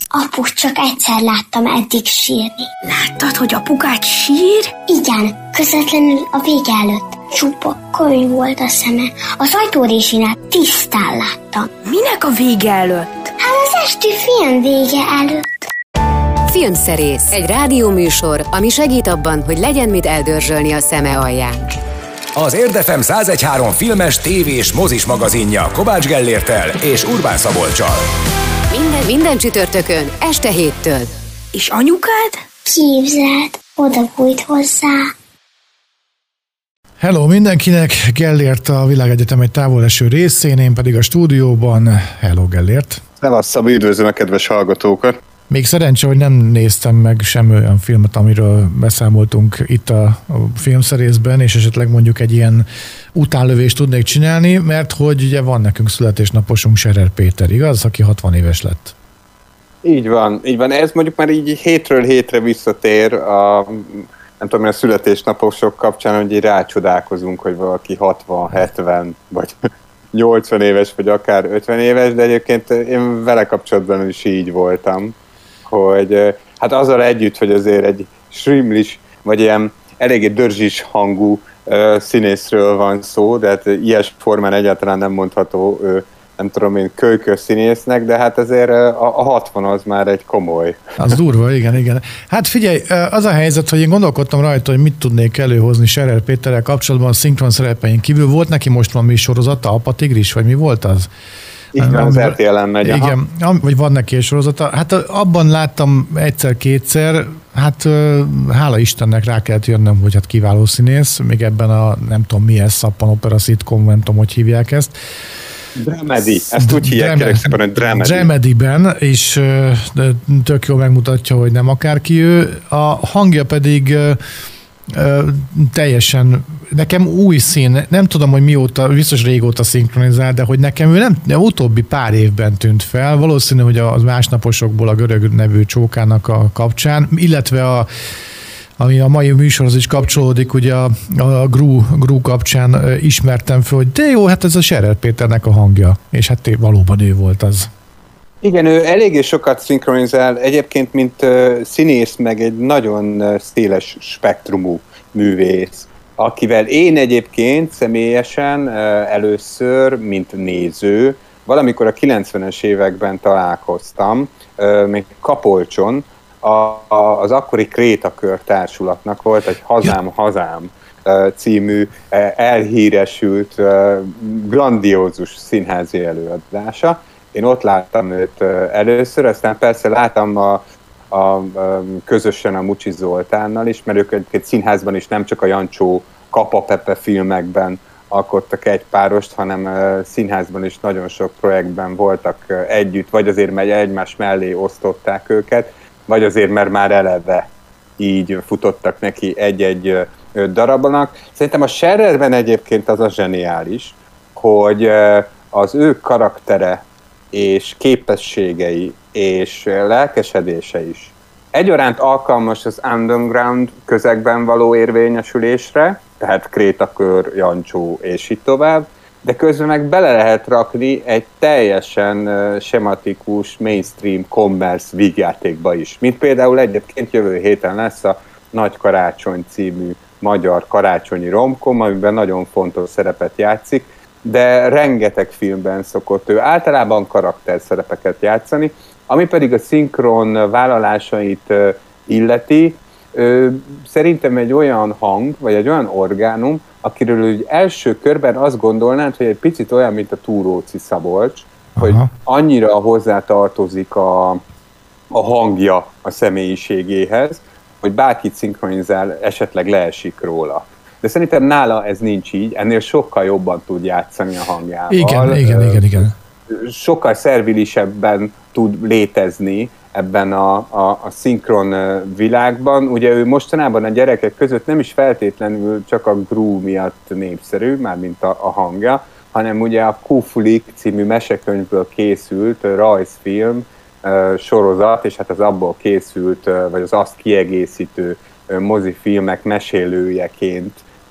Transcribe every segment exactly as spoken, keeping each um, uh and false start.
Aput csak egyszer láttam eddig sírni. Láttad, hogy apukát sír? Igen, közvetlenül a vége előtt. Csupa könyv volt a szeme. Az ajtórésinál tisztán láttam. Minek a vége előtt? Hát az esti film vége előtt. Filmszerész. Egy rádióműsor, ami segít abban, hogy legyen mit eldörzsölni a szeme alján. Az Érd ef em száz egy három filmes, tévés, mozis magazinja Kovács Gellérttel és Urbán Szabolccsal. Minden, minden csütörtökön, este héttől. És anyukád? Képzeld, oda bújt hozzá. Hello mindenkinek, Gellért a Világegyetem egy távoleső részén, én pedig a stúdióban. Hello Gellért. Szevasz Szabi, üdvözlöm a kedves hallgatókat. Még szerencsé, hogy nem néztem meg semmi olyan filmet, amiről beszámoltunk itt a, a filmszerészben, és esetleg mondjuk egy ilyen utánlövést tudnék csinálni, mert hogy ugye van nekünk születésnaposunk, Scherer Péter, igaz? Aki hatvan éves lett. Így van, így van. Ez mondjuk már így hétről hétre visszatér a, nem tudom, a születésnaposok kapcsán, hogy így rácsodálkozunk, hogy valaki hatvan, hetven, vagy nyolcvan éves, vagy akár ötven éves, de egyébként én vele kapcsolatban is így voltam, hogy hát azzal együtt, hogy azért egy srimlis, vagy ilyen eléggé dörzsis hangú uh, színészről van szó, de hát ilyes formán egyáltalán nem mondható, uh, nem tudom én, kölykös színésznek, de hát azért uh, a, a hatvan az már egy komoly. Az durva, igen, igen. Hát figyelj, az a helyzet, hogy én gondolkodtam rajta, hogy mit tudnék előhozni Scherer Péterrel kapcsolatban a szinkron szerepein kívül. Volt neki most valami sorozata, Apa Tigris, vagy mi volt az? Igen, az er té el-en megy. Igen, aha. Vagy van neki egy sorozata. Hát abban láttam egyszer-kétszer, hát hála Istennek rá kellett jönnöm, hogy hát kiváló színész, még ebben a nem tudom mi ez, szappan opera szitkom, nem tudom, hogy hívják ezt. Dramedy, ezt úgy hívják kérlek szépen, hogy Dramedy. Dramedy-ben, és tök jól megmutatja, hogy nem akárki ő. A hangja pedig teljesen, nekem új szín, nem tudom, hogy mióta, biztos régóta szinkronizál, de hogy nekem ő nem, nem utóbbi pár évben tűnt fel, valószínű, hogy a másnaposokból a görög nevű csókának a kapcsán, illetve a ami a mai műsorhoz is kapcsolódik, ugye a, a Gru, Gru kapcsán ismertem fel, hogy de jó, hát ez a Scherer Péternek a hangja, és hát valóban ő volt az. Igen, ő eléggé sokat szinkronizál, egyébként mint uh, színész, meg egy nagyon uh, széles spektrumú művész, akivel én egyébként személyesen uh, először, mint néző, valamikor a kilencvenes években találkoztam, uh, még Kapolcson, a, a, az akkori Krétakör társulatnak volt egy Hazám, Hazám uh, című uh, elhíresült, uh, grandiózus színházi előadása. Én ott láttam őt először, aztán persze láttam a, a, a, közösen a Mucsi Zoltánnal is, mert ők egy színházban is nem csak a Jancsó Kapa Pepe filmekben alkottak egy párost, hanem színházban is nagyon sok projektben voltak együtt, vagy azért, mert egymás mellé osztották őket, vagy azért, mert már eleve így futottak neki egy-egy darabnak. Szerintem a Schererben egyébként az a zseniális, hogy az ő karaktere és képességei és lelkesedése is egyaránt alkalmas az underground közegben való érvényesülésre, tehát Krétakör, Jancsó és így tovább, de közben meg bele lehet rakni egy teljesen sematikus mainstream commerce vígjátékba is. Mint például egyébként jövő héten lesz a Nagy Karácsony című magyar karácsonyi romkom, amiben nagyon fontos szerepet játszik, de rengeteg filmben szokott ő általában karakterszerepeket játszani, ami pedig a szinkron vállalásait illeti, szerintem egy olyan hang, vagy egy olyan orgánum, akiről úgy első körben azt gondolnád, hogy egy picit olyan, mint a Túróczi Szabolcs, hogy aha, annyira hozzátartozik a, a hangja a személyiségéhez, hogy bárkit szinkronizál, esetleg leesik róla. De szerintem nála ez nincs így, ennél sokkal jobban tud játszani a hangjával. Igen, igen, igen, igen. Sokkal szervilisebben tud létezni ebben a, a, a szinkron világban. Ugye ő mostanában a gyerekek között nem is feltétlenül csak a Gru miatt népszerű, mármint a, a hangja, hanem ugye a Kufulik című mesekönyvből készült rajzfilm sorozat, és hát az abból készült, vagy az azt kiegészítő mozifilmek mesélőjeként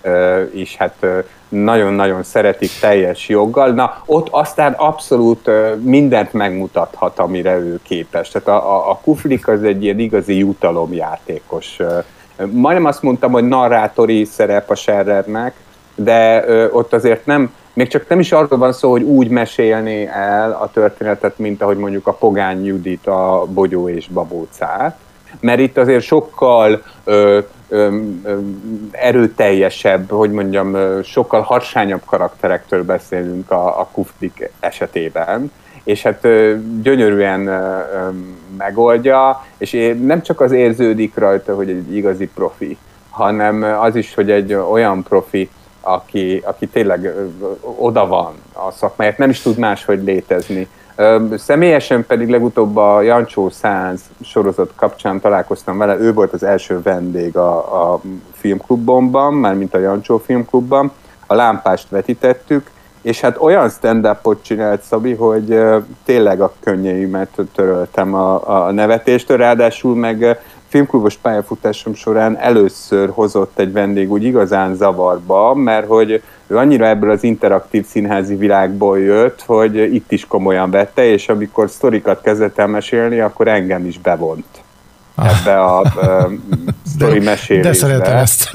is hát nagyon-nagyon szeretik teljes joggal. Na, ott aztán abszolút mindent megmutathat, amire ő képes. Tehát a, a, a Kuflik az egy ilyen igazi jutalomjátékos. Majdnem azt mondtam, hogy narrátori szerep a Scherrernek, de ott azért nem, még csak nem is arról van szó, hogy úgy mesélné el a történetet, mint ahogy mondjuk a Pogány Judit a Bogyó és Babócát, mert itt azért sokkal ö, ö, ö, erőteljesebb, hogy mondjam, ö, sokkal harsányabb karakterektől beszélünk a, a Kuflik esetében, és hát ö, gyönyörűen ö, ö, megoldja, és nem csak az érződik rajta, hogy egy igazi profi, hanem az is, hogy egy olyan profi, aki, aki tényleg ö, oda van a szakmáját, nem is tud máshogy létezni. Személyesen pedig legutóbb a Jancsó száz sorozat kapcsán találkoztam vele, ő volt az első vendég a, a filmklubomban, mármint a Jancsó filmklubban, a Lámpást vetítettük, és hát olyan stand-upot csinált Szabi, hogy tényleg a könnyeimet töröltem a, a nevetéstől, ráadásul meg filmklubos pályafutásom során először hozott egy vendég úgy igazán zavarba, mert hogy ő annyira ebből az interaktív színházi világból jött, hogy itt is komolyan vette, és amikor sztorikat kezdett el mesélni, akkor engem is bevont ebbe a uh, sztori mesélésbe. De szeretem ezt.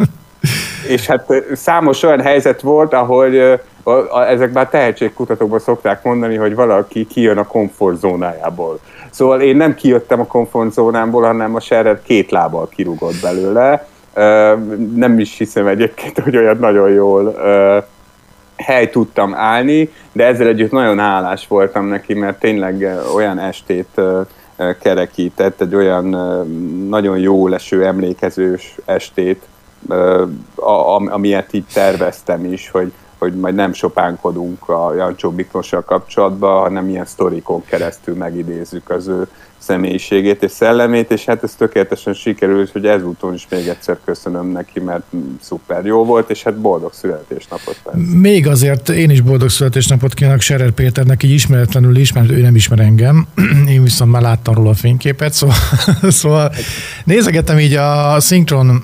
És hát számos olyan helyzet volt, ahogy uh, ezekben a tehetségkutatókban szokták mondani, hogy valaki kijön a komfortzónájából. Szóval én nem kijöttem a komfortzónámból, hanem a Scherrer két lábbal kirúgott belőle. Uh, nem is hiszem egyébként, hogy olyan nagyon jól uh, hely tudtam állni, de ezzel együtt nagyon hálás voltam neki, mert tényleg uh, olyan estét uh, uh, kerekített, egy olyan uh, nagyon jó leső, emlékezős estét, uh, a, amilyet így terveztem is, hogy, hogy majd nem sopánkodunk a Jancsó Miklóssal kapcsolatban, hanem ilyen sztorikon keresztül megidézzük az ő személyiségét és szellemét, és hát ez tökéletesen sikerült, hogy ezúton is még egyszer köszönöm neki, mert szuper jó volt, és hát boldog születésnapot. Persze. Még azért én is boldog születésnapot kívánok Scherrer Péternek, így ismeretlenül is, mert ő nem ismer engem, én viszont már láttam róla a fényképet, szóval, szóval nézegettem így a szinkron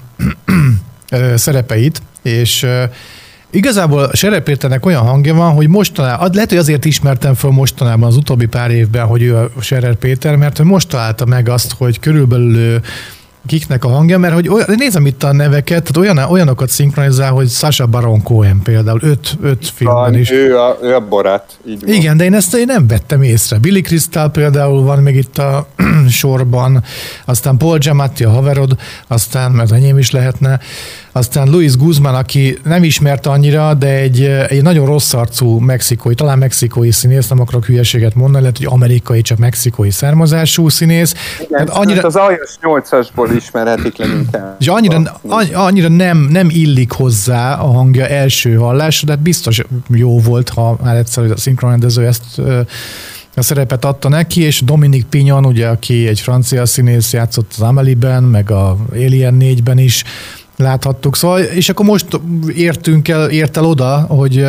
szerepeit, és igazából Scherrer Péternek olyan hangja van, hogy mostanában, lehet, hogy azért ismertem föl mostanában az utóbbi pár évben, hogy ő a Scherrer Péter, mert hogy most találta meg azt, hogy körülbelül kiknek a hangja, mert hogy olyan, nézem itt a neveket, tehát olyan, olyanokat szinkronizál, hogy Sacha Baron Cohen például, öt, öt filmben is. Ő a, ő a Borat. Így igen, van. De én ezt én nem vettem észre. Billy Crystal például van még itt a sorban, aztán Paul Giamatti, a haverod, aztán, mert enyém is lehetne, aztán Luis Guzmán, aki nem ismert annyira, de egy, egy nagyon rossz arcú mexikói, talán mexikói színész, nem akarok hülyeséget mondani, lehet, hogy amerikai, csak mexikói származású színész. Igen, annyira, az aljas nyolcasból ismerhetik leginkább. És annyira, annyira nem, nem illik hozzá a hangja első hallásra, de hát biztos jó volt, ha már egyszer a szinkronrendező ezt a szerepet adta neki, és Dominique Pignon, ugye, aki egy francia színész, játszott az Amélie-ben, meg a Alien négyben is láthattuk. Szóval, és akkor most értünk el, ért el oda, hogy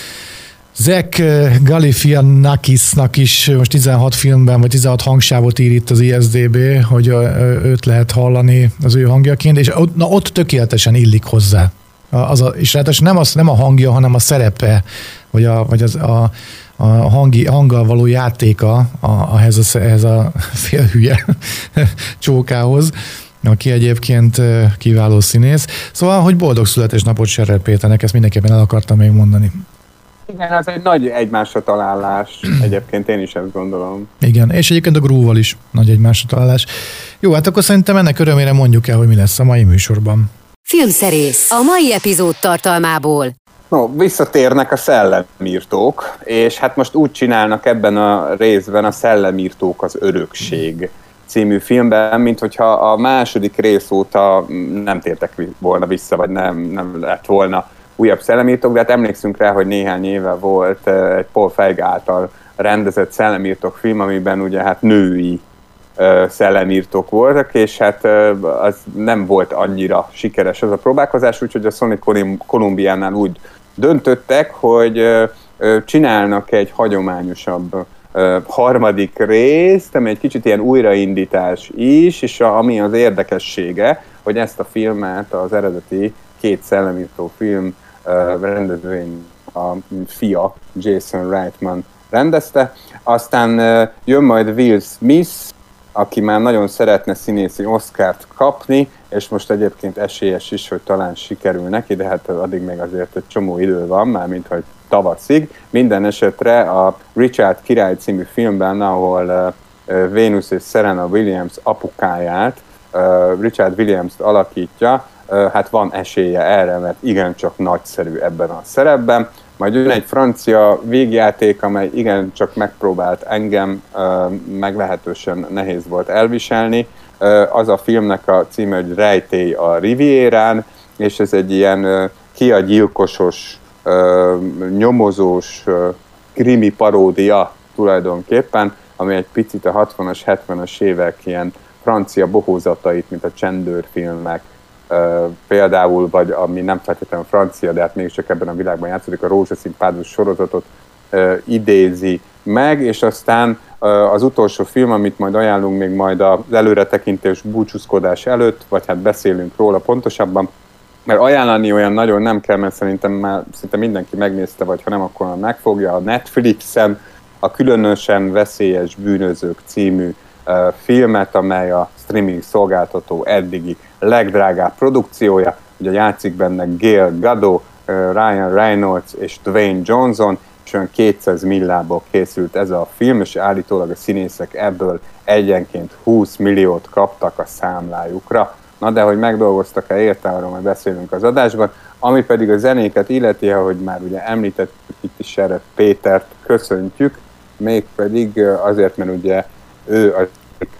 Zach Galifianakisnak is most tizenhat filmben, vagy tizenhat hangsávot ír itt az I S D B, hogy őt lehet hallani az ő hangjaként, és ott, na, ott tökéletesen illik hozzá. Az a, és ráadásul nem, az, nem a hangja, hanem a szerepe, vagy a, vagy az, a, a hangi, hanggal való játéka a, a, ehhez, a, ehhez a félhülye csókához, aki egyébként kiváló színész. Szóval, hogy boldog születésnapot Scherrer Péternek, ezt mindenképpen el akartam még mondani. Igen, az egy nagy egymásra találás. Egyébként én is ezt gondolom. Igen, és egyébként a Grúval is nagy egymásra találás. Jó, hát akkor szerintem ennek örömére mondjuk el, hogy mi lesz a mai műsorban. Filmszerész a mai epizód tartalmából. No, visszatérnek a szellemírtók, és hát most úgy csinálnak ebben a részben a Szellemírtók az örökség című filmben, mint hogyha a második rész óta nem tértek volna vissza, vagy nem, nem lett volna újabb szellemírtók, de hát emlékszünk rá, hogy néhány éve volt egy Paul Feig által rendezett szellemírtók film, amiben ugye hát női szellemírtók voltak, és hát az nem volt annyira sikeres az a próbálkozás, úgyhogy a Sony Columbiánál úgy döntöttek, hogy csinálnak egy hagyományosabb harmadik részt, ami egy kicsit ilyen újraindítás is, és ami az érdekessége, hogy ezt a filmet az eredeti két szellemírtó film rendezőjén a fia, Jason Reitman rendezte. Aztán jön majd Will Smith, aki már nagyon szeretne színészi Oscart kapni, és most egyébként esélyes is, hogy talán sikerül neki, de hát addig még azért egy csomó idő van, mármint hogy tavaszig. Minden esetre a Richard király című filmben, ahol uh, Venus és Serena Williams apukáját, uh, Richard Williams-t alakítja, uh, hát van esélye erre, mert igencsak nagyszerű ebben a szerepben. Majd jön egy francia végjáték, amely igencsak megpróbált engem, uh, meglehetősen nehéz volt elviselni. Uh, az a filmnek a címe, hogy Rejtély a Rivierán, és ez egy ilyen uh, kiagyilkosos, uh, nyomozós uh, krimi paródia tulajdonképpen, ami egy picit a hatvanas, hetvenes évek ilyen francia bohózatait, mint a csendőrfilmek, Uh, például, vagy ami nem feltétlenül francia, de hát mégiscsak ebben a világban játszódik, a Rózsaszín párduc sorozatot uh, idézi meg, és aztán uh, az utolsó film, amit majd ajánlunk még majd az előretekintős búcsúzkodás előtt, vagy hát beszélünk róla pontosabban, mert ajánlani olyan nagyon nem kell, mert szerintem már szinte mindenki megnézte, vagy ha nem, akkor megfogja a Netflixen a Különösen veszélyes bűnözők című uh, filmet, amely a streaming szolgáltató eddigi legdrágább produkciója. Ugye játszik benne Gal Gadot, Ryan Reynolds és Dwayne Johnson, és olyan kétszáz millából készült ez a film, és állítólag a színészek ebből egyenként húsz milliót kaptak a számlájukra. Na de hogy megdolgoztak-e érte, arról majd beszélünk az adásban. Ami pedig a zenéket illeti, ahogy már ugye említettük itt is Serep Pétert köszöntjük, mégpedig azért, mert ugye ő a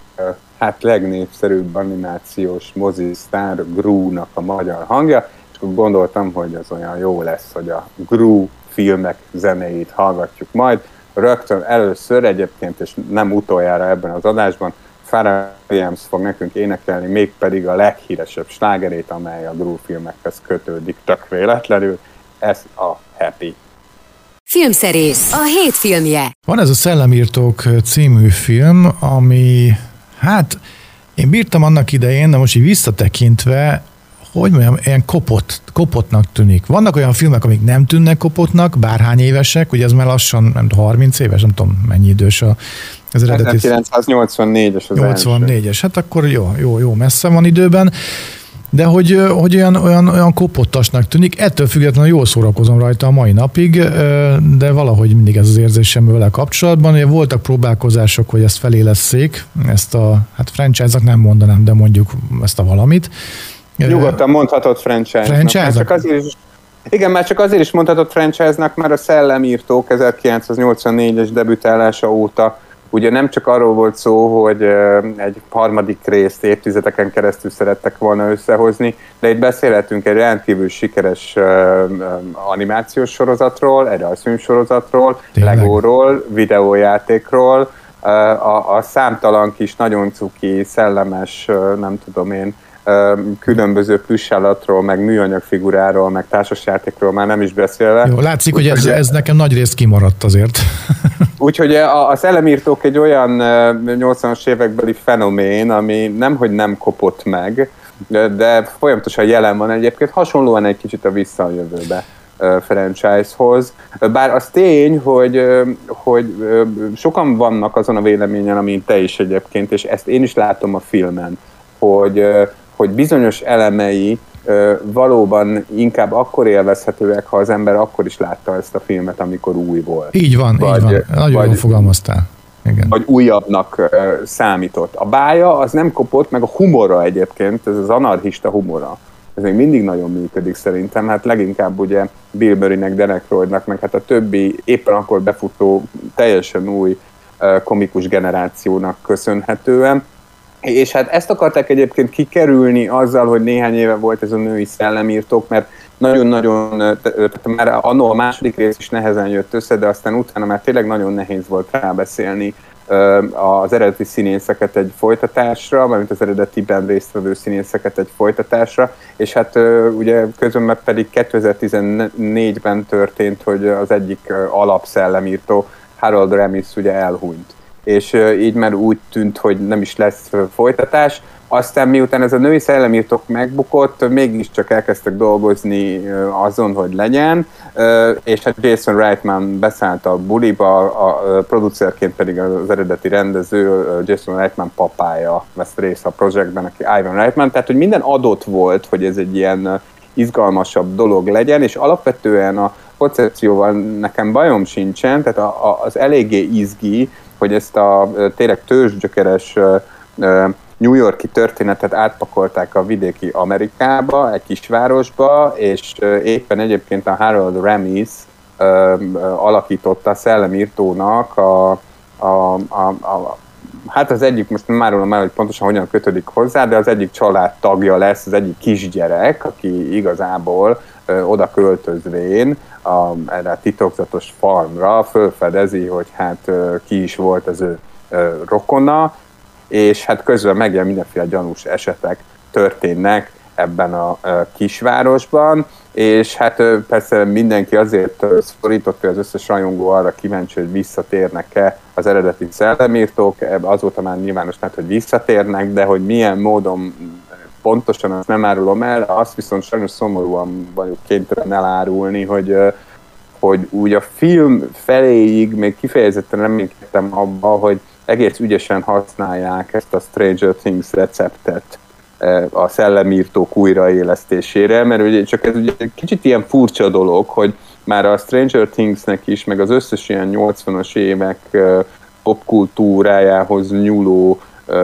hát legnépszerűbb animációs mozisztár Gru-nak a magyar hangja, és akkor gondoltam, hogy az olyan jó lesz, hogy a Gru filmek zenéit hallgatjuk majd. Rögtön először egyébként, és nem utoljára ebben az adásban, Pharrell Williams fog nekünk énekelni, mégpedig a leghíresebb slágerét, amely a Gru filmekhez kötődik tök véletlenül, ez a Happy. Filmszerész, a hét filmje. Van ez a Szellemírtók című film, ami hát én bírtam annak idején, de most így visszatekintve, hogy mondjam, ilyen kopott, kopottnak tűnik. Vannak olyan filmek, amik nem tűnnek kopottnak, bárhány évesek, ugye ez már lassan, nem tudom, harminc éves, nem tudom mennyi idős a, az eredeti. ezerkilencszáznyolcvannégyes az nyolcvannégyes, hát akkor jó, jó, jó messze van időben, de hogy, hogy olyan, olyan, olyan kopottasnak tűnik, ettől függetlenül jól szórakozom rajta a mai napig, de valahogy mindig ez az érzésem vele kapcsolatban. Ugye voltak próbálkozások, hogy ezt felélesszék, ezt a, hát franchise-nak nem mondanám, de mondjuk ezt a valamit. Nyugodtan mondhatod franchise-nak. Franchise-nak? Már csak azért is, igen, már csak azért is mondhatod franchise-nak, mert a Szellemírtók ezerkilencszáznyolcvannégyes debütálása óta ugye nem csak arról volt szó, hogy egy harmadik részt évtizedeken keresztül szerettek volna összehozni, de itt beszélhetünk egy rendkívül sikeres animációs sorozatról, egy rajzfilm sorozatról, Legóról, videójátékról, a, a számtalan kis, nagyon cuki, szellemes, nem tudom én, különböző plüssállatról, meg műanyag figuráról, meg társasjátékról már nem is beszélve. Jó, látszik, úgy, hogy ez, ez nekem nagy részt kimaradt azért. Úgyhogy a, a Szellemírtók egy olyan nyolcvanas évekbeli fenomén, ami nemhogy nem kopott meg, de, de folyamatosan jelen van egyébként, hasonlóan egy kicsit a Vissza a jövőbe franchise-hoz. Bár az tény, hogy, hogy sokan vannak azon a véleményen, amint te is egyébként, és ezt én is látom a filmen, hogy hogy bizonyos elemei ö, valóban inkább akkor élvezhetőek, ha az ember akkor is látta ezt a filmet, amikor új volt. Így van, vagy, így van. Nagyon vagy, jól fogalmaztál. Igen. Vagy újabbnak ö, számított. A bája az nem kopott, meg a humora egyébként, ez az anarchista humora. Ez még mindig nagyon működik szerintem, hát leginkább ugye Bill Murraynek, Dan Aykroydnak, meg hát a többi éppen akkor befutó, teljesen új ö, komikus generációnak köszönhetően. És hát ezt akarták egyébként kikerülni azzal, hogy néhány éve volt ez a női Szellemírtók, mert nagyon-nagyon, tehát már annól a második rész is nehezen jött össze, de aztán utána már tényleg nagyon nehéz volt rábeszélni az eredeti színészeket egy folytatásra, mármint az eredetiben résztvevő színészeket egy folytatásra, és hát ugye közben pedig kétezer-tizennégyben történt, hogy az egyik alapszellemírtó, Harold Ramis ugye elhunyt. és így már úgy tűnt, hogy nem is lesz folytatás. Aztán miután ez a női szellemírtók megbukott, mégiscsak elkezdtek dolgozni azon, hogy legyen, és hát Jason Reitman beszállt a buliba, a producerként pedig az eredeti rendező Jason Reitman papája vesz részt a projektben, aki Ivan Reitman, tehát hogy minden adott volt, hogy ez egy ilyen izgalmasabb dolog legyen, és alapvetően a koncepcióval nekem bajom sincsen, tehát a, a, az eléggé izgi, hogy ezt a tényleg törzsgyökeres New York-i történetet átpakolták a vidéki Amerikába, egy kisvárosba, és éppen egyébként a Harold Ramis ö, ö, alakította a szellemírtónak a, a, a, a hát az egyik, most nem árulom el, hogy pontosan hogyan kötődik hozzá, de az egyik családtagja lesz, az egyik kisgyerek, aki igazából ö, oda költözvén a, erre a titokzatos farmra fölfedezi, hogy hát ö, ki is volt az ő ö, rokona, és hát közben megjelen mindenféle gyanús esetek történnek ebben a kisvárosban, és hát persze mindenki azért szorított, hogy az összes rajongó arra kíváncsi, hogy visszatérnek-e az eredeti szellemírtók, azóta már nyilvános lett, hogy visszatérnek, de hogy milyen módon pontosan azt nem árulom el, azt viszont sajnos szomorúan vagyok kénytelen elárulni, hogy hogy úgy a film feléig még kifejezetten reménykedtem abba, hogy egész ügyesen használják ezt a Stranger Things receptet a szellemírtók újraélesztésére, mert ugye csak ez ugye kicsit ilyen furcsa dolog, hogy már a Stranger Thingsnek is, meg az összes ilyen nyolcvanas évek popkultúrájához nyúló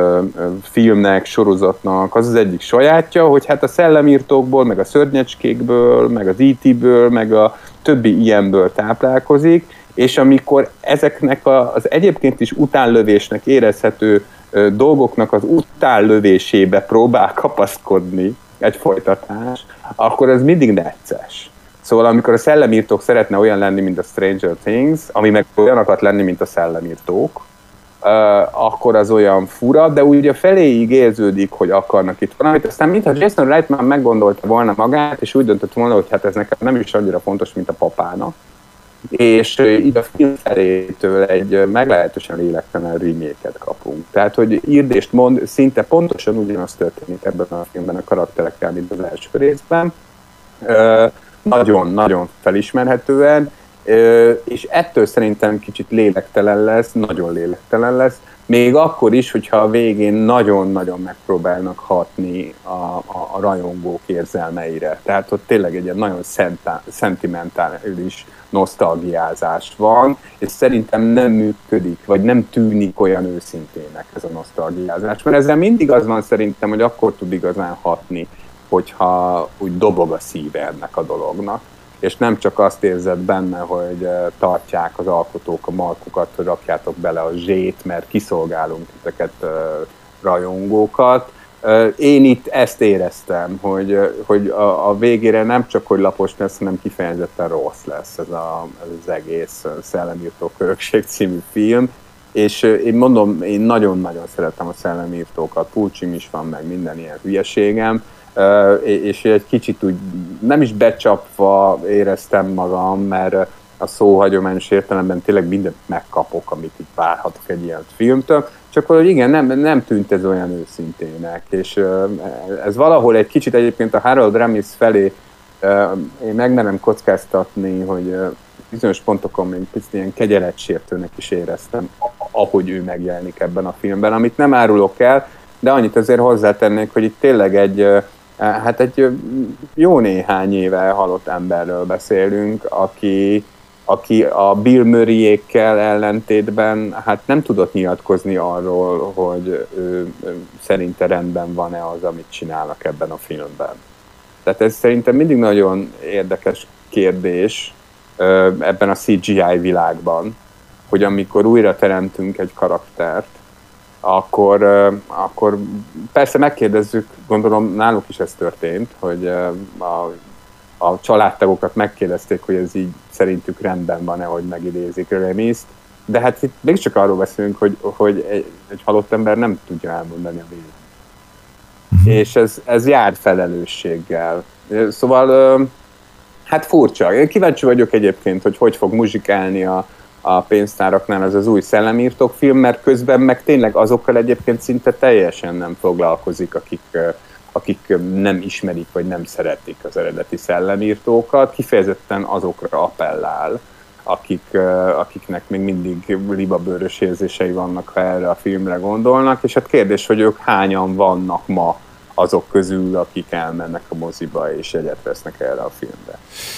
filmnek, sorozatnak az az egyik sajátja, hogy hát a szellemírtókból, meg a szörnyecskékből, meg az í té-ből, meg a többi ilyenből táplálkozik, és amikor ezeknek az egyébként is utánlövésnek érezhető dolgoknak az utánlövésébe próbál kapaszkodni egy folytatás, akkor ez mindig necces. Szóval amikor a szellemírtók szeretne olyan lenni, mint a Stranger Things, ami meg olyan akart lenni, mint a szellemírtók, akkor az olyan fura, de úgy a feléig érződik, hogy akarnak itt valamit. Aztán mintha Jason Reitman meggondolta volna magát, és úgy döntött volna, hogy hát ez nekem nem is annyira fontos, mint a papának. És így a film felétől egy meglehetősen lélektelen remake-et kapunk. Tehát, hogy írd és mond, szinte pontosan ugyanaz történik ebben a filmben a karakterekkel, mint az első részben. Nagyon-nagyon felismerhetően, és ettől szerintem kicsit lélektelen lesz, nagyon lélektelen lesz, még akkor is, hogyha a végén nagyon-nagyon megpróbálnak hatni a, a, a rajongók érzelmeire. Tehát ott tényleg egy ilyen nagyon szentá, szentimentális nosztalgiázás van, és szerintem nem működik, vagy nem tűnik olyan őszintének ez a nosztalgiázás. Mert ezzel mindig az van szerintem, hogy akkor tud igazán hatni, hogyha úgy dobog a szíve ennek a dolognak. És nem csak azt érzed benne, hogy tartják az alkotók a markukat, hogy rakjátok bele a zsét, mert kiszolgálunk titeket rajongókat. Én itt ezt éreztem, hogy, hogy a, a végére nem csak, hogy lapos lesz, hanem kifejezetten rossz lesz ez, a, ez az egész Szellemírtók Örökség című film. És én mondom, én nagyon-nagyon szeretem a szellemírtókat, pulcsim is van, meg minden ilyen hülyeségem, és egy kicsit úgy nem is becsapva éreztem magam, mert a szó hagyományos értelemben tényleg mindent megkapok, amit itt várhatok egy ilyen filmtől, csak hogy igen, nem, nem tűnt ez olyan őszintének, és ez valahol egy kicsit egyébként a Harold Ramis felé én megmerem kockáztatni, hogy bizonyos pontokon még picit ilyen kegyeletsértőnek is éreztem, ahogy ő megjelenik ebben a filmben, amit nem árulok el, de annyit azért hozzátennék, hogy itt tényleg egy, hát egy jó néhány éve halott emberről beszélünk, aki, aki a Bill Murray-ékkel ellentétben hát nem tudott nyilatkozni arról, hogy ő, ő szerinte rendben van-e az, amit csinálnak ebben a filmben. Tehát ez szerintem mindig nagyon érdekes kérdés ebben a cé gé í világban, hogy amikor újra teremtünk egy karaktert, Akkor, akkor persze megkérdezzük, gondolom náluk is ez történt, hogy a, a családtagokat megkérdezték, hogy ez így szerintük rendben van-e, hogy megidézik Remiszt, de hát itt mégiscsak arról beszélünk, hogy, hogy egy, egy halott ember nem tudja elmondani a véleményt. Uh-huh. És ez, ez jár felelősséggel. Szóval hát furcsa. Én kíváncsi vagyok egyébként, hogy hogy fog muzsikálni a a pénztáraknál az az új Szellemírtók film, mert közben meg tényleg azokkal egyébként szinte teljesen nem foglalkozik, akik, akik nem ismerik vagy nem szeretik az eredeti Szellemírtókat, kifejezetten azokra appellál, akik, akiknek még mindig libabőrös érzései vannak, ha erre a filmre gondolnak, és hát kérdés, hogy ők hányan vannak ma azok közül, akik elmennek a moziba és egyet vesznek erre a filmre.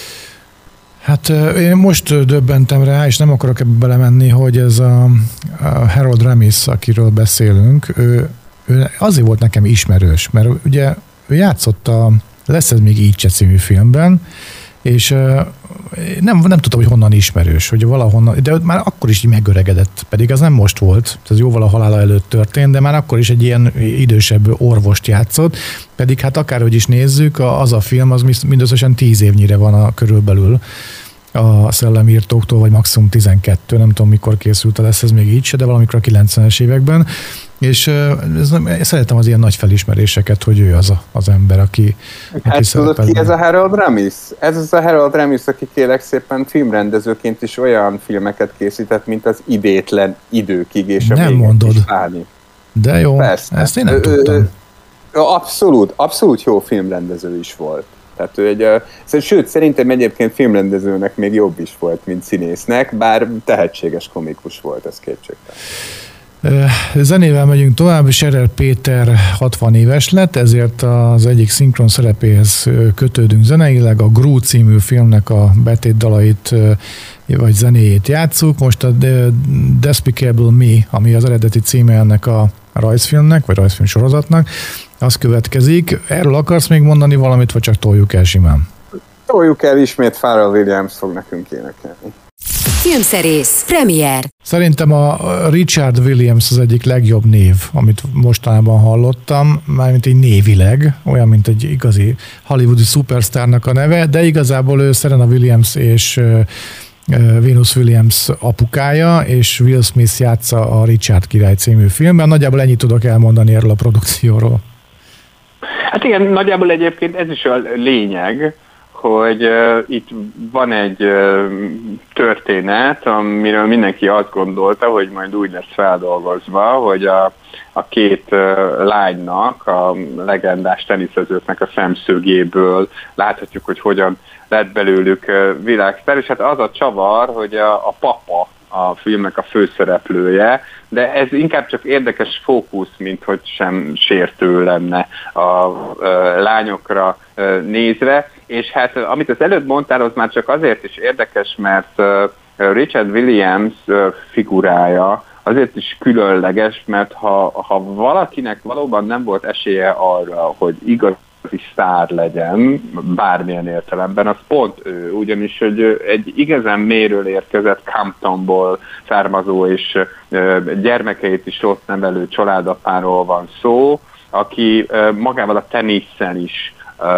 Hát én most döbbentem rá, és nem akarok ebbe belemenni, hogy ez a, a Harold Ramis, akiről beszélünk, ő, ő azért volt nekem ismerős, mert ugye ő játszott a Lesz ez még így című filmben, és nem, nem tudtam, hogy honnan ismerős, hogy valahonnan, de már akkor is megöregedett, pedig az nem most volt, ez jóval a halála előtt történt, de már akkor is egy ilyen idősebb orvost játszott, pedig hát akárhogy is nézzük, az a film az mindösszesen tíz évnyire van a körülbelül a Szellemírtóktól, vagy maximum tizenkettő, nem tudom mikor készült a Lesz ez még így se, de valamikor a kilencvenes években, és ez, szeretem az ilyen nagy felismeréseket, hogy ő az a, az ember, aki, hát aki tudod ki ez a Harold Ramis? Ez az a Harold Ramis, aki kérlek szépen filmrendezőként is olyan filmeket készített, mint az Idétlen időkig, és a nem mondod. De jó, persze. Ezt én nem ő, tudtam. Ő, abszolút, abszolút jó filmrendező is volt. Tehát, hogy, uh, sőt, szerintem egyébként filmrendezőnek még jobb is volt, mint színésznek, bár tehetséges komikus volt, ez kétségtelen. Zenével megyünk tovább, Scherer Péter hatvan éves lett, ezért az egyik szinkron szerepéhez kötődünk zeneileg, a Gru című filmnek a betétdalait vagy zenéjét játsszuk. Most a Despicable Me, ami az eredeti címe ennek a rajzfilmnek, vagy rajzfilm sorozatnak, az következik. Erről akarsz még mondani valamit, vagy csak toljuk el simán? Toljuk el, ismét Pharrell Williams fog nekünk énekelni. Filmszerész, premier. Szerintem a Richard Williams az egyik legjobb név, amit mostanában hallottam, mármint egy névileg, olyan, mint egy igazi hollywoodi szupersztárnak a neve, de igazából ő Serena Williams és Venus Williams apukája, és Will Smith játsza a Richard király című filmben. Nagyjából ennyit tudok elmondani erről a produkcióról. Hát igen, nagyjából egyébként ez is a lényeg, hogy uh, itt van egy uh, történet, amiről mindenki azt gondolta, hogy majd úgy lesz feldolgozva, hogy a, a két uh, lánynak, a legendás teniszezőknek a szemszögéből láthatjuk, hogy hogyan lett belőlük uh, világsztár, és hát az a csavar, hogy a, a papa a filmnek a főszereplője, de ez inkább csak érdekes fókusz, mint hogy sem sértő lenne a, a lányokra nézve, és hát amit az előbb mondtál, az már csak azért is érdekes, mert Richard Williams figurája azért is különleges, mert ha, ha valakinek valóban nem volt esélye arra, hogy igaz sztár legyen, bármilyen értelemben, az pont ő, ugyanis hogy egy igazán mélyről érkezett Comptonból származó és gyermekeit is ott nevelő családapáról van szó, aki magával a tenisszel is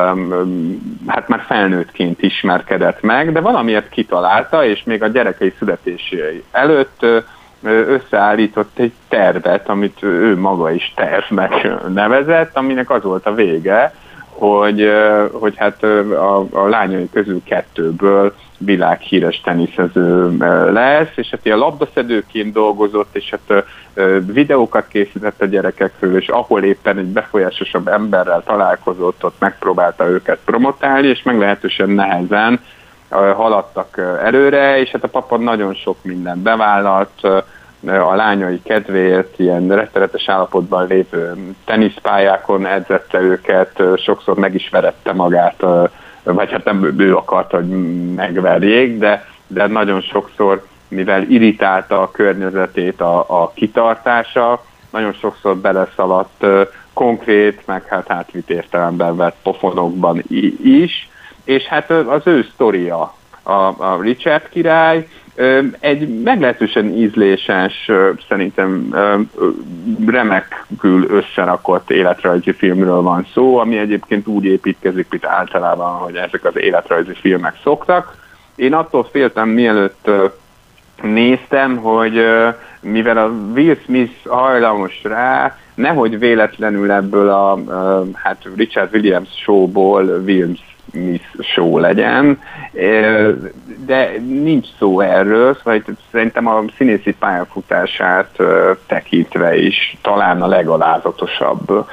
hát már felnőttként ismerkedett meg, de valamiért kitalálta, és még a gyerekei születései előtt összeállított egy tervet, amit ő maga is tervnek nevezett, aminek az volt a vége, hogy, hogy hát a, a lányai közül kettőből világhíres teniszező lesz, és hát ilyen labdaszedőként dolgozott, és hát videókat készített a gyerekekről, és ahol éppen egy befolyásosabb emberrel találkozott, ott megpróbálta őket promotálni, és meglehetősen nehezen haladtak előre, és hát a papa nagyon sok mindent bevállalt, a lányai kedvéért ilyen rettenetes állapotban lévő teniszpályákon edzette őket, sokszor meg is verette magát, vagy hát nem ő akarta, hogy megverjék, de, de nagyon sokszor, mivel irritálta a környezetét a, a kitartása, nagyon sokszor beleszaladt konkrét, meg hát átvitt értelemben vett pofonokban is, és hát az ő sztoria, a, a Richard király, egy meglehetősen ízléses, szerintem remekül összerakott életrajzi filmről van szó, ami egyébként úgy építkezik, mint általában, hogy ezek az életrajzi filmek szoktak. Én attól féltem, mielőtt néztem, hogy mivel a Will Smith hajlamos rá, nehogy véletlenül ebből a hát Richard Williams showból Will Miss Show legyen, de nincs szó erről, szóval szerintem a színészi pályafutását tekintve is talán a legalázatosabb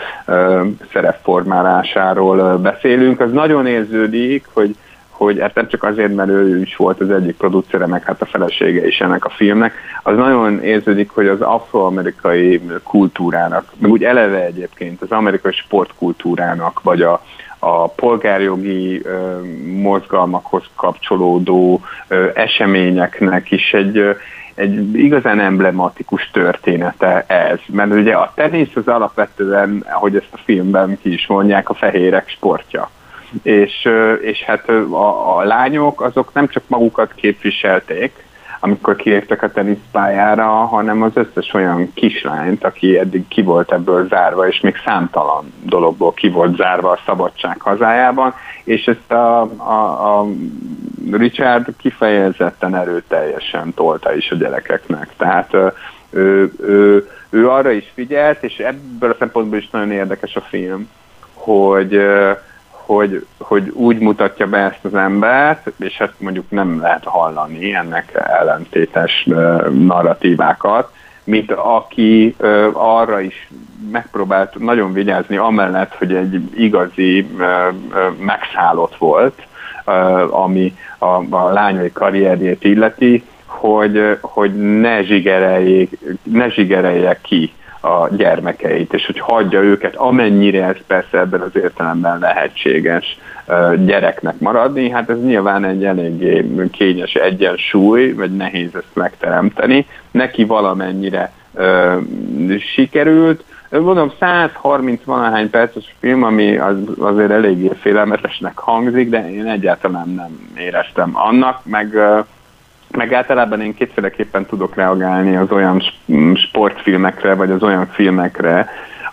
szerepformálásáról beszélünk. Az nagyon érződik, hogy hogy ezt nem csak azért, mert ő is volt az egyik producere, meg hát a felesége is ennek a filmnek, az nagyon érződik, hogy az afroamerikai kultúrának, meg úgy eleve egyébként az amerikai sportkultúrának, vagy a, a polgárjogi ö, mozgalmakhoz kapcsolódó ö, eseményeknek is egy, ö, egy igazán emblematikus története ez. Mert ugye a tenisz az alapvetően, ahogy ezt a filmben ki is mondják, a fehérek sportja. És, és hát a, a lányok azok nem csak magukat képviselték, amikor kiértek a teniszpályára, hanem az összes olyan kislányt, aki eddig ki volt ebből zárva, és még számtalan dologból ki volt zárva a szabadság hazájában, és ezt a, a, a Richard kifejezetten erőteljesen tolta is a gyerekeknek. Tehát ő, ő, ő arra is figyelt, és ebből a szempontból is nagyon érdekes a film, hogy Hogy, hogy úgy mutatja be ezt az embert, és hát mondjuk nem lehet hallani ennek ellentétes narratívákat, mint aki arra is megpróbált nagyon vigyázni, amellett, hogy egy igazi megszállott volt, ami a, a lányai karrierjét illeti, hogy, hogy ne zsigereljék, ne zsigerelje ki a gyermekeit, és hogy hagyja őket, amennyire ez persze ebben az értelemben lehetséges gyereknek maradni, hát ez nyilván egy eléggé kényes egyensúly, vagy nehéz ezt megteremteni. Neki valamennyire uh, sikerült. Mondom, száz harminc valahány perces film, ami az, azért eléggé félelmetesnek hangzik, de én egyáltalán nem éreztem annak, meg uh, meg általában én kétféleképpen tudok reagálni az olyan sportfilmekre, vagy az olyan filmekre,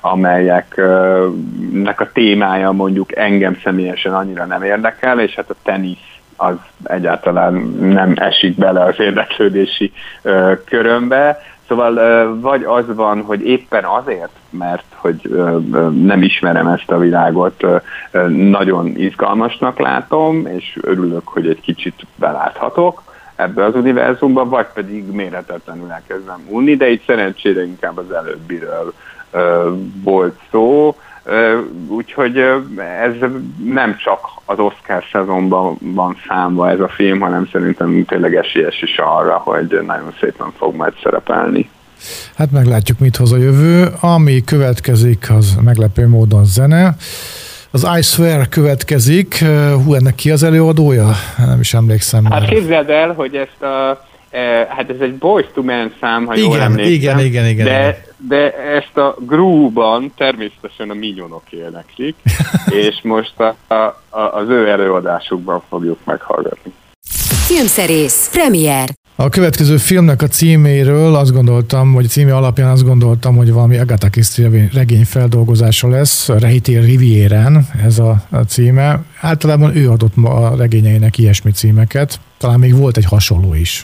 amelyeknek a témája mondjuk engem személyesen annyira nem érdekel, és hát a tenisz az egyáltalán nem esik bele az érdeklődési körömbe. Szóval vagy az van, hogy éppen azért, mert hogy nem ismerem ezt a világot, nagyon izgalmasnak látom, és örülök, hogy egy kicsit beláthatok ebbe az univerzumban, vagy pedig mérhetetlenül elkezdem unni, de itt szerencsére inkább az előbbiről ö, volt szó, ö, úgyhogy ö, ez nem csak az Oscar szezonban van számva ez a film, hanem szerintem tényleg esélyes is arra, hogy nagyon szépen fog majd szerepelni. Hát meglátjuk, mit hoz a jövő. Ami következik, az meglepő módon zene. Az I Swear következik. Hú, ennek ki az előadója? Nem is emlékszem már. Hát képzeld el, hogy ezt a, e, hát ez egy Boyz two Men szám, ha igen, jól emlékszem. Igen, igen, igen. De, de ezt a Groove-ban természetesen a Minyonok éneklik, és most a, a, a, az ő előadásukban fogjuk meghallgatni. Filmszerész, premier. A következő filmnek a címéről azt gondoltam, vagy címe alapján azt gondoltam, hogy valami Agatha Christie regény feldolgozása lesz, Rehité Rivieren ez a, a címe. Általában ő adott a regényeinek ilyesmi címeket, talán még volt egy hasonló is.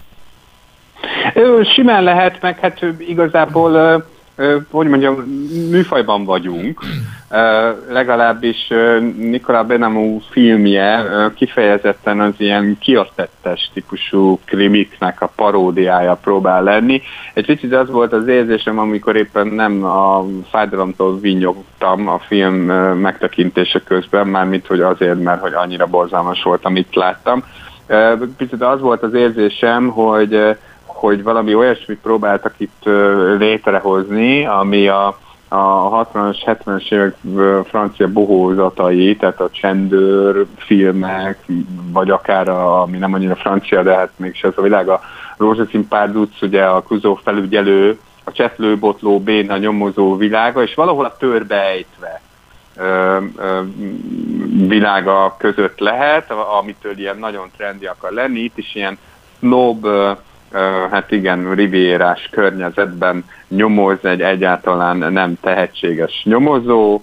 Simán lehet, meg hát igazából, hogy mondjam, műfajban vagyunk. Legalábbis Nicolas Benamou filmje kifejezetten az ilyen kiasztettes típusú krimiknek a paródiája próbál lenni. Egy kicsit az volt az érzésem, amikor éppen nem a fájdalomtól vinnyogtam a film megtekintése közben, mármint hogy azért, mert hogy annyira borzalmas volt, amit láttam. Picit az volt az érzésem, hogy hogy valami olyasmit próbáltak itt létrehozni, ami a, a hatvanas, hetvenes évek francia bohózatai, tehát a csendőr filmek, vagy akár a, ami nem annyira francia, de hát mégis ez a világ, a Rózsaszín párduc, ugye a Clouseau felügyelő, a csetlőbotló béna nyomozó világa, és valahol a törbe ejtve ö, ö, világa között lehet, amitől ilyen nagyon trendi akar lenni, itt is ilyen snob, hát igen, rivierás környezetben nyomoz egy egyáltalán nem tehetséges nyomozó,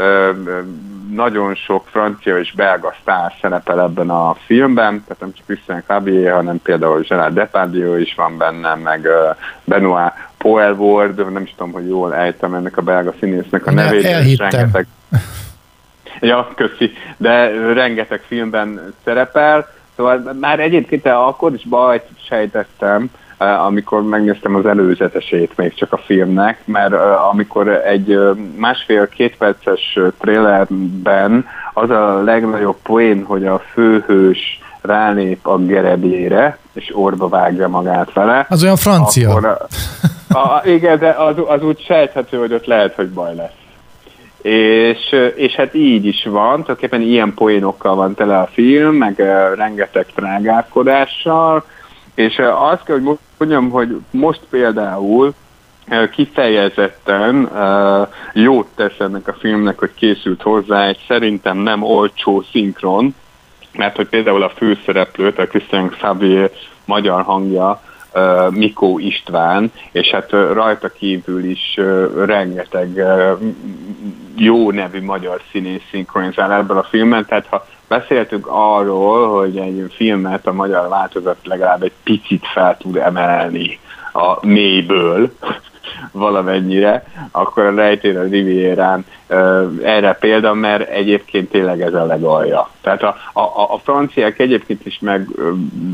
nagyon sok francia és belga sztár szerepel ebben a filmben, tehát nem csak Christian Clavier, hanem például Gerard Depardieu is van benne, meg Benoit Poelvoorde, nem is tudom, hogy jól ejtem ennek a belga színésznek a nevét. Elhittem. Ja, köszi, de rengeteg filmben szerepel, szóval már egyébként akkor is bajt sejtettem, amikor megnéztem az előzetesét még csak a filmnek, mert amikor egy másfél-két perces trailerben az a legnagyobb poén, hogy a főhős rálép a gerebjére, és orba vágja magát vele. Az olyan francia. Akkor, a, a, igen, de az, az úgy sejthető, hogy ott lehet, hogy baj lesz. És, és hát így is van, tulajdonképpen ilyen poénokkal van tele a film, meg uh, rengeteg trágárkodással, és uh, azt kell, hogy mondjam, hogy most például uh, kifejezetten uh, jót tesz ennek a filmnek, hogy készült hozzá egy szerintem nem olcsó szinkron, mert hogy például a főszereplőt, a Christian Xavier magyar hangja, Uh, Mikó István, és hát uh, rajta kívül is uh, rengeteg uh, jó nevű magyar színész szinkronizál ebből a filmben, tehát ha beszéltünk arról, hogy egy filmet a magyar változat legalább egy picit fel tud emelni a mélyből valamennyire, akkor a Rejtély a Rivierán uh, erre példa, mert egyébként tényleg ez a legalja. Tehát a, a, a franciák egyébként is meg uh,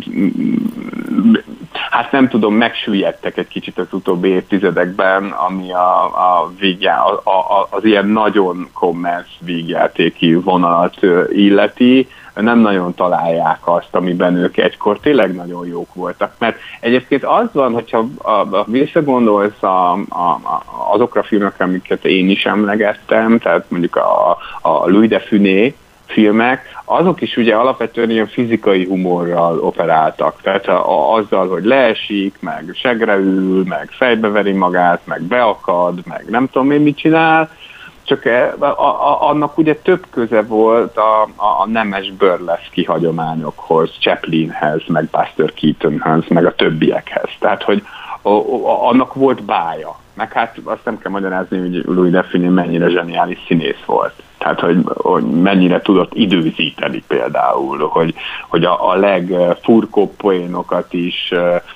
hát nem tudom, megsüllyedtek egy kicsit az utóbbi évtizedekben, ami a, a vígjá, a, a, az ilyen nagyon commerce vígjátéki vonalat illeti, nem nagyon találják azt, amiben ők egykor tényleg nagyon jók voltak. Mert egyébként az van, hogyha a, a visszagondolsz a, a, azokra a filmekre, amiket én is emlegettem, tehát mondjuk a, a Louis de Funès filmek, azok is ugye alapvetően ilyen fizikai humorral operáltak. Tehát a, a, azzal, hogy leesik, meg segreül, meg fejbeveri magát, meg beakad, meg nem tudom én mit csinál, csak a, a, annak ugye több köze volt a, a, a nemes burleszki hagyományokhoz, Chaplinhez, meg Buster Keatonhez, meg a többiekhez. Tehát, hogy a, a, annak volt bája. Meg hát azt nem kell magyarázni, hogy Louis de Funès mennyire zseniális színész volt. Tehát, hogy, hogy mennyire tudott időzíteni például, hogy, hogy a, a legfurkóbb poénokat is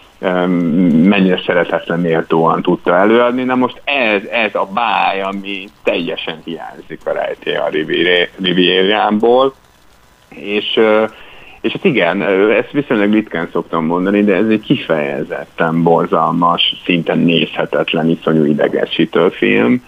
mennyire szeretetlen méltóan tudta előadni. Na most ez, ez a báj, ami teljesen hiányzik a Rejtély a Rivieránból, és, és hát igen, ezt viszonylag ritkán szoktam mondani, de ez egy kifejezetten borzalmas, szinte nézhetetlen, iszonyú idegesítő film,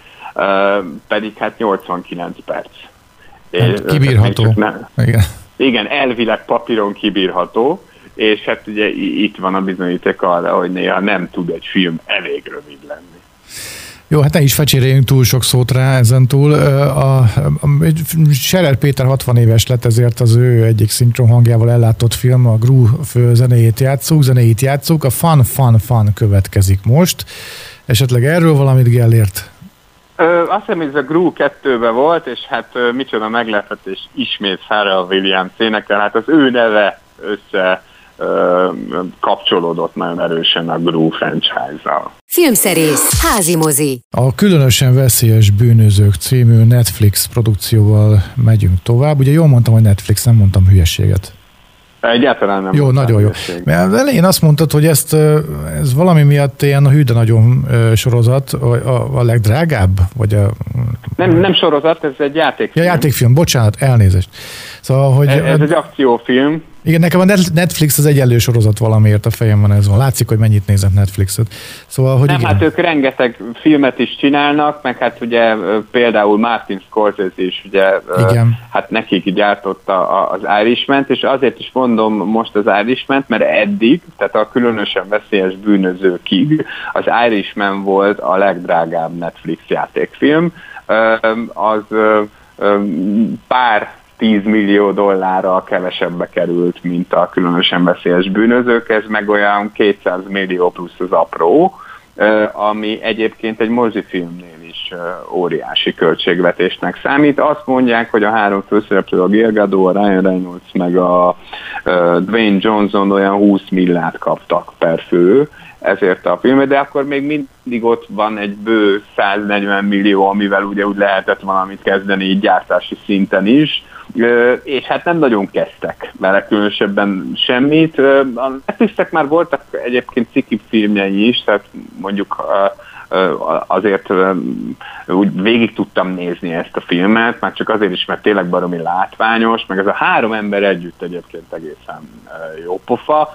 pedig hát nyolcvankilenc perc. Hát kibírható. Igen. Igen, elvileg papíron kibírható, és hát ugye itt van a bizonyíték arra, hogy néha nem tud egy film elég rövid lenni. Jó, hát ne is fecséréljünk túl sok szót rá ezen túl. A, a, a Scherer Péter hatvan éves lett, ezért az ő egyik szinkron hangjával ellátott film, a Gru zenéjét játsszuk, zenéjét játsszuk, a Fun, Fun, Fun következik most. Esetleg erről valamit, Gellért? Ö, azt hiszem, hogy ez a Gru kettőben volt, és hát ö, micsoda meglepetés, ismét Pharrell Williams énekel, hát az ő neve össze ö, kapcsolódott nagyon erősen a Gru franchise-zal. Filmszerész, házi mozi. A Különösen veszélyes bűnözők című Netflix produkcióval megyünk tovább. Ugye jól mondtam, hogy Netflix, nem mondtam hülyeséget. Egyáltalán nem. Jó, nagyon jó. Mert elején azt mondtad, hogy ezt, ez valami miatt ilyen a hű de nagyon sorozat, a, a legdrágább? Vagy a... nem, nem sorozat, ez egy játékfilm. Ja, játékfilm, bocsánat, elnézést. Szóval, hogy ez, ez egy akciófilm. Igen, nekem a Netflix az egyenlő sorozat valamiért a fejemben ez van. Látszik, hogy mennyit nézett Netflixet. Szóval, hogy nem, igen. Hát ők rengeteg filmet is csinálnak, meg hát ugye például Martin Scorsese is ugye, igen. Hát nekik gyártotta az Irishman-t, és azért is mondom most az Irishman-t, mert eddig, tehát a Különösen veszélyes bűnözőkig az Irishman volt a legdrágább Netflix játékfilm. Az pár tíz millió dollárral kevesebbe került, mint a Különösen veszélyes bűnözők, ez meg olyan kétszáz millió plusz az apró, ami egyébként egy mozifilmnél is óriási költségvetésnek számít. Azt mondják, hogy a három főszereplő, a Gal Gadot, a Ryan Reynolds meg a Dwayne Johnson olyan húsz milliárd kaptak per fő ezért a filmet, de akkor még mindig ott van egy bő száznegyven millió, amivel ugye úgy lehetett valamit kezdeni így gyártási szinten is, és hát nem nagyon kezdtek vele különösebben semmit. A Netflixnek már voltak egyébként ciki filmjei is, tehát mondjuk azért úgy végig tudtam nézni ezt a filmet, már csak azért is, mert tényleg baromi látványos, meg ez a három ember együtt egyébként egészen jó pofa.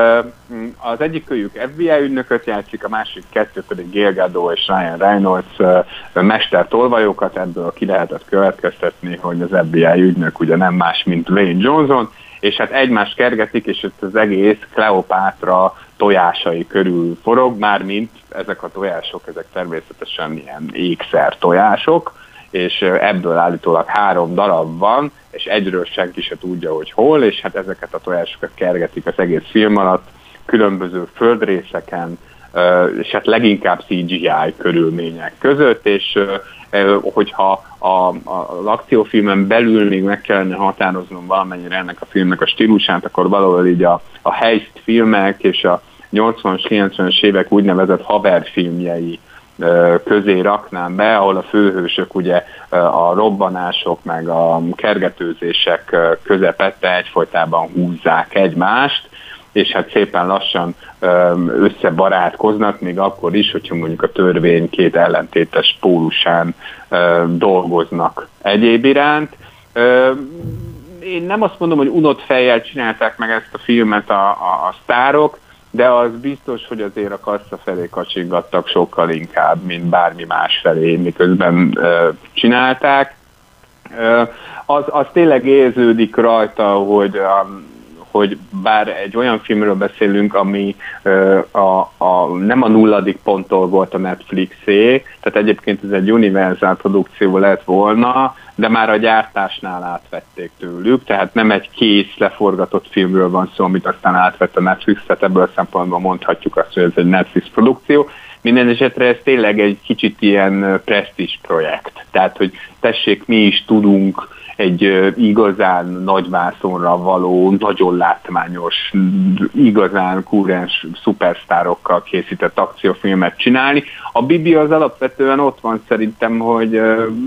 Az egyik kölyük ef bé i ügynököt játszik, a másik kettő pedig Gal Gadot és Ryan Reynolds mestertolvajókat, ebből ki lehetett következtetni, hogy az ef bé i ügynök ugye nem más, mint Dwayne Johnson, és hát egymást kergetik, és itt az egész Kleopátra tojásai körül forog, mármint ezek a tojások, ezek természetesen ilyen ékszer tojások, és ebből állítólag három darab van, és egyről senki se tudja, hogy hol, és hát ezeket a tojásokat kergetik az egész film alatt, különböző földrészeken, és hát leginkább cé gé i körülmények között, és hogyha a, a, az akciófilmen belül még meg kellene határoznom valamennyire ennek a filmnek a stílusát, akkor valahol így a, a heist filmek és a nyolcvanas, kilencvenes évek úgynevezett haverfilmjei közé raknám be, ahol a főhősök ugye a robbanások meg a kergetőzések közepette egyfolytában húzzák egymást, és hát szépen lassan összebarátkoznak, még akkor is, hogyha mondjuk a törvény két ellentétes pólusán dolgoznak egyéb iránt. Én nem azt mondom, hogy unott fejjel csinálták meg ezt a filmet a, a, a sztárok, de az biztos, hogy azért a kassza felé kacsingattak sokkal inkább, mint bármi más felé, miközben ö, csinálták. Ö, az, az tényleg érződik rajta, hogy, a, hogy bár egy olyan filmről beszélünk, ami ö, a, a, nem a nulladik ponttól volt a Netflixé, tehát egyébként ez egy univerzál produkció lett volna, de már a gyártásnál átvették tőlük, tehát nem egy kész, leforgatott filmről van szó, amit aztán átvett a Netflix, tehát ebből a szempontból mondhatjuk azt, hogy ez egy Netflix produkció. Minden esetre ez tényleg egy kicsit ilyen presztízs projekt, tehát hogy tessék, mi is tudunk egy igazán nagy vászonra való, nagyon látványos, igazán kúrens szupersztárokkal készített akciófilmet csinálni. A Bibi az alapvetően ott van szerintem, hogy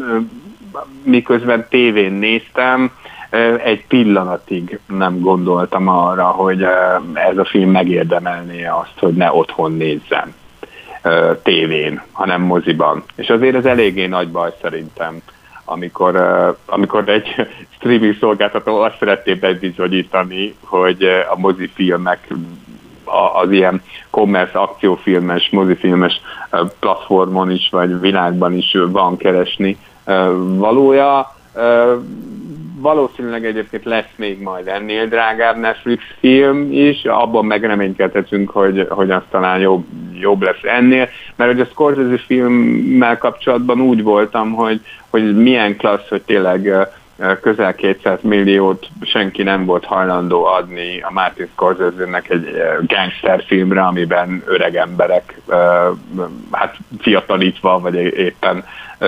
miközben tévén néztem, egy pillanatig nem gondoltam arra, hogy ez a film megérdemelné azt, hogy ne otthon nézzem tévén, hanem moziban. És azért ez eléggé nagy baj szerintem, amikor, amikor egy streaming szolgáltató azt szeretné bebizonyítani, hogy a mozifilmek, az ilyen commerce akciófilmes, mozifilmes platformon is, vagy világban is van keresni valója. Valószínűleg egyébként lesz még majd ennél drágább Netflix film is, abban meg reménykedhetünk, hogy, hogy az talán jobb, jobb lesz ennél, mert hogy a Scorsese filmmel kapcsolatban úgy voltam, hogy, hogy milyen klassz, hogy tényleg közel kétszáz milliót senki nem volt hajlandó adni a Martin Scorsese-nek egy gangster filmre, amiben öreg emberek hát fiatalítva, vagy éppen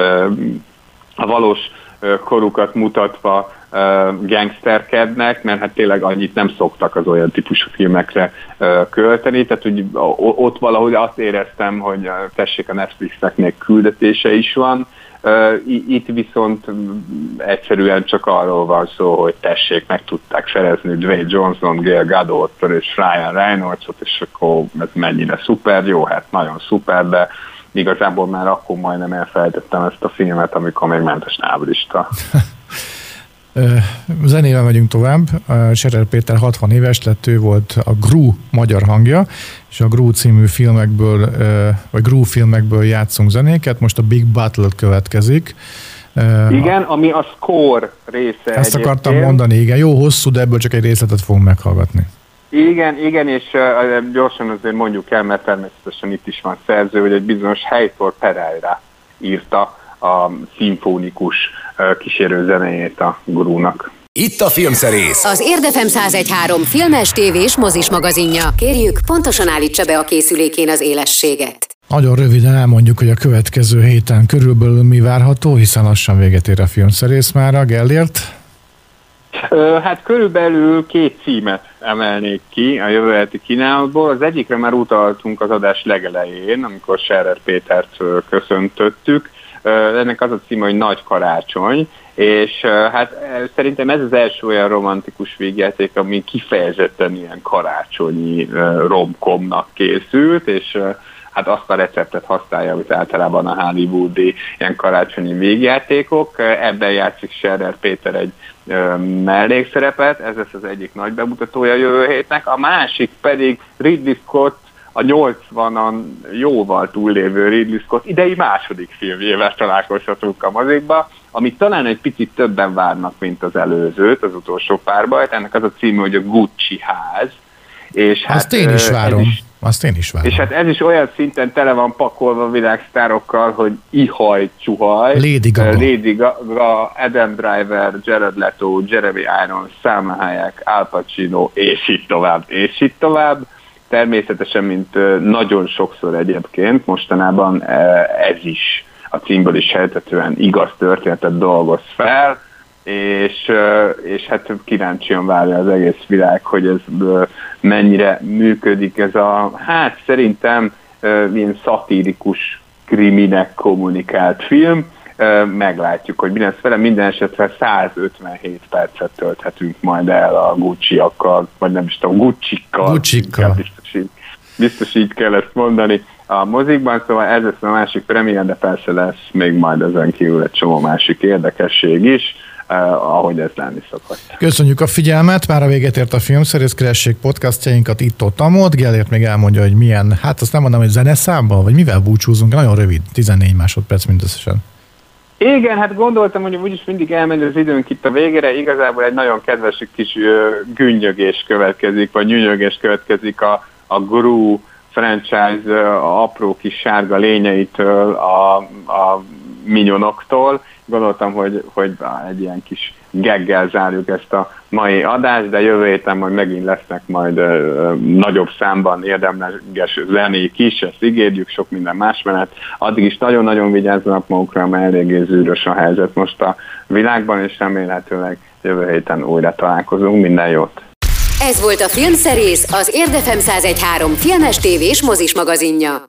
a valós korukat mutatva gangsterkednek, mert hát tényleg annyit nem szoktak az olyan típusú filmekre költeni, tehát hogy ott valahogy azt éreztem, hogy tessék, a Netflixnek még küldetése is van. Itt viszont egyszerűen csak arról van szó, hogy tessék, meg tudták szerezni Dwayne Johnson, Gal Gadot és Ryan Reynoldsot, és akkor ez mennyire szuper, jó, hát nagyon szuper, de igazából már akkor majdnem elfelejtettem ezt a filmet, amikor még ment a stáblista. Zenével megyünk tovább. Scherer Péter hatvan éves lett, ő volt a Gru magyar hangja, és a Gru című filmekből, vagy Gru filmekből játszunk zenéket. Most a Big Battle következik. Igen, ami a score része. Ezt egyébként. akartam mondani, igen. Jó hosszú, de ebből csak egy részletet fogunk meghallgatni. Igen, igen, és uh, gyorsan azért mondjuk el, mert természetesen itt is van szerző, hogy egy bizonyos Heitor Pereira írta a szimfonikus uh, kísérő zenéjét a Grúnak. Itt a Filmszerész. Az Érdefem száz egy három filmes, tévés, mozis magazinja. Kérjük, pontosan állítsa be a készülékén az élességet. Nagyon röviden elmondjuk, hogy a következő héten körülbelül mi várható, hiszen lassan véget ér a Filmszerész mára. Gellért? Hát körülbelül két címet emelnék ki a jövő heti kínálatból. Az egyikre már utaltunk az adás legelején, amikor Scherer Pétert köszöntöttük. Ennek az a címe, hogy Nagy karácsony, és hát szerintem ez az első olyan romantikus végjáték, ami kifejezetten ilyen karácsonyi romkomnak készült, és hát azt a receptet használja, amit általában a hollywoodi ilyen karácsonyi végjátékok. Ebben játszik Scherer Péter egy ö, mellékszerepet, ez lesz az egyik nagy bemutatója jövő hétnek, a másik pedig Ridley Scott, a nyolcvanan jóval túllévő Ridley Scott idei második filmjével találkozhatunk a mozikba, amit talán egy picit többen várnak, mint az előzőt, az utolsó párbajt. Ennek az a címe, hogy a Gucci ház. És Azt hát, én is várom. Is, Azt én is várom. És hát ez is olyan szinten tele van pakolva világsztárokkal, hogy ihaj, csuhaj. Lady Gaga. Lady Gaga, Adam Driver, Jared Leto, Jeremy Irons, Salma Hayek, Al Pacino, és így tovább, és így tovább. Természetesen, mint nagyon sokszor egyébként, mostanában ez is a címből is sejtetően igaz történetet dolgoz fel, és, és hát kíváncsian várja az egész világ, hogy ez mennyire működik ez a, hát szerintem ilyen szatirikus kriminek kommunikált film. Meglátjuk, hogy mi lesz vele. Minden esetre százötvenhét percet tölthetünk majd el a Gucci-akkal, vagy nem is tudom, Gucci-kkal. Gucci-kkal. Biztos így, biztos így kell ezt mondani a mozikban, szóval ez lesz a másik premier, de persze lesz még majd ezen kívül egy csomó másik érdekesség is, eh, ahogy ez lenni szokott. Köszönjük a figyelmet, már a véget ért a Filmszerész, keressék podcastjainkat itt-ott amott. Gellért még elmondja, hogy milyen, hát azt nem mondom, hogy zeneszámban, vagy mivel búcsúzunk, nagyon rövid, tizennégy másodperc mindösszesen. Igen, hát gondoltam, hogy úgyis mindig elmegy az időnk itt a végére, igazából egy nagyon kedves kis günnyögés következik, vagy nyűnyögés következik a, a Gru franchise a apró kis sárga lényeitől, a, a minyonoktól. Gondoltam, hogy, hogy egy ilyen kis geggel zárjuk ezt a mai adást, de jövő héten majd megint lesznek majd ö, nagyobb számban érdemleges zenék is, ezt ígérjük, sok minden más menet. Addig is nagyon-nagyon vigyázzanak magukra, mert eléggé zűrös a helyzet most a világban, és remélhetőleg jövő héten újra találkozunk. Minden jót! Ez volt a Filmszerész, az Érdefem száz egy pont három filmes tévés mozis magazinja.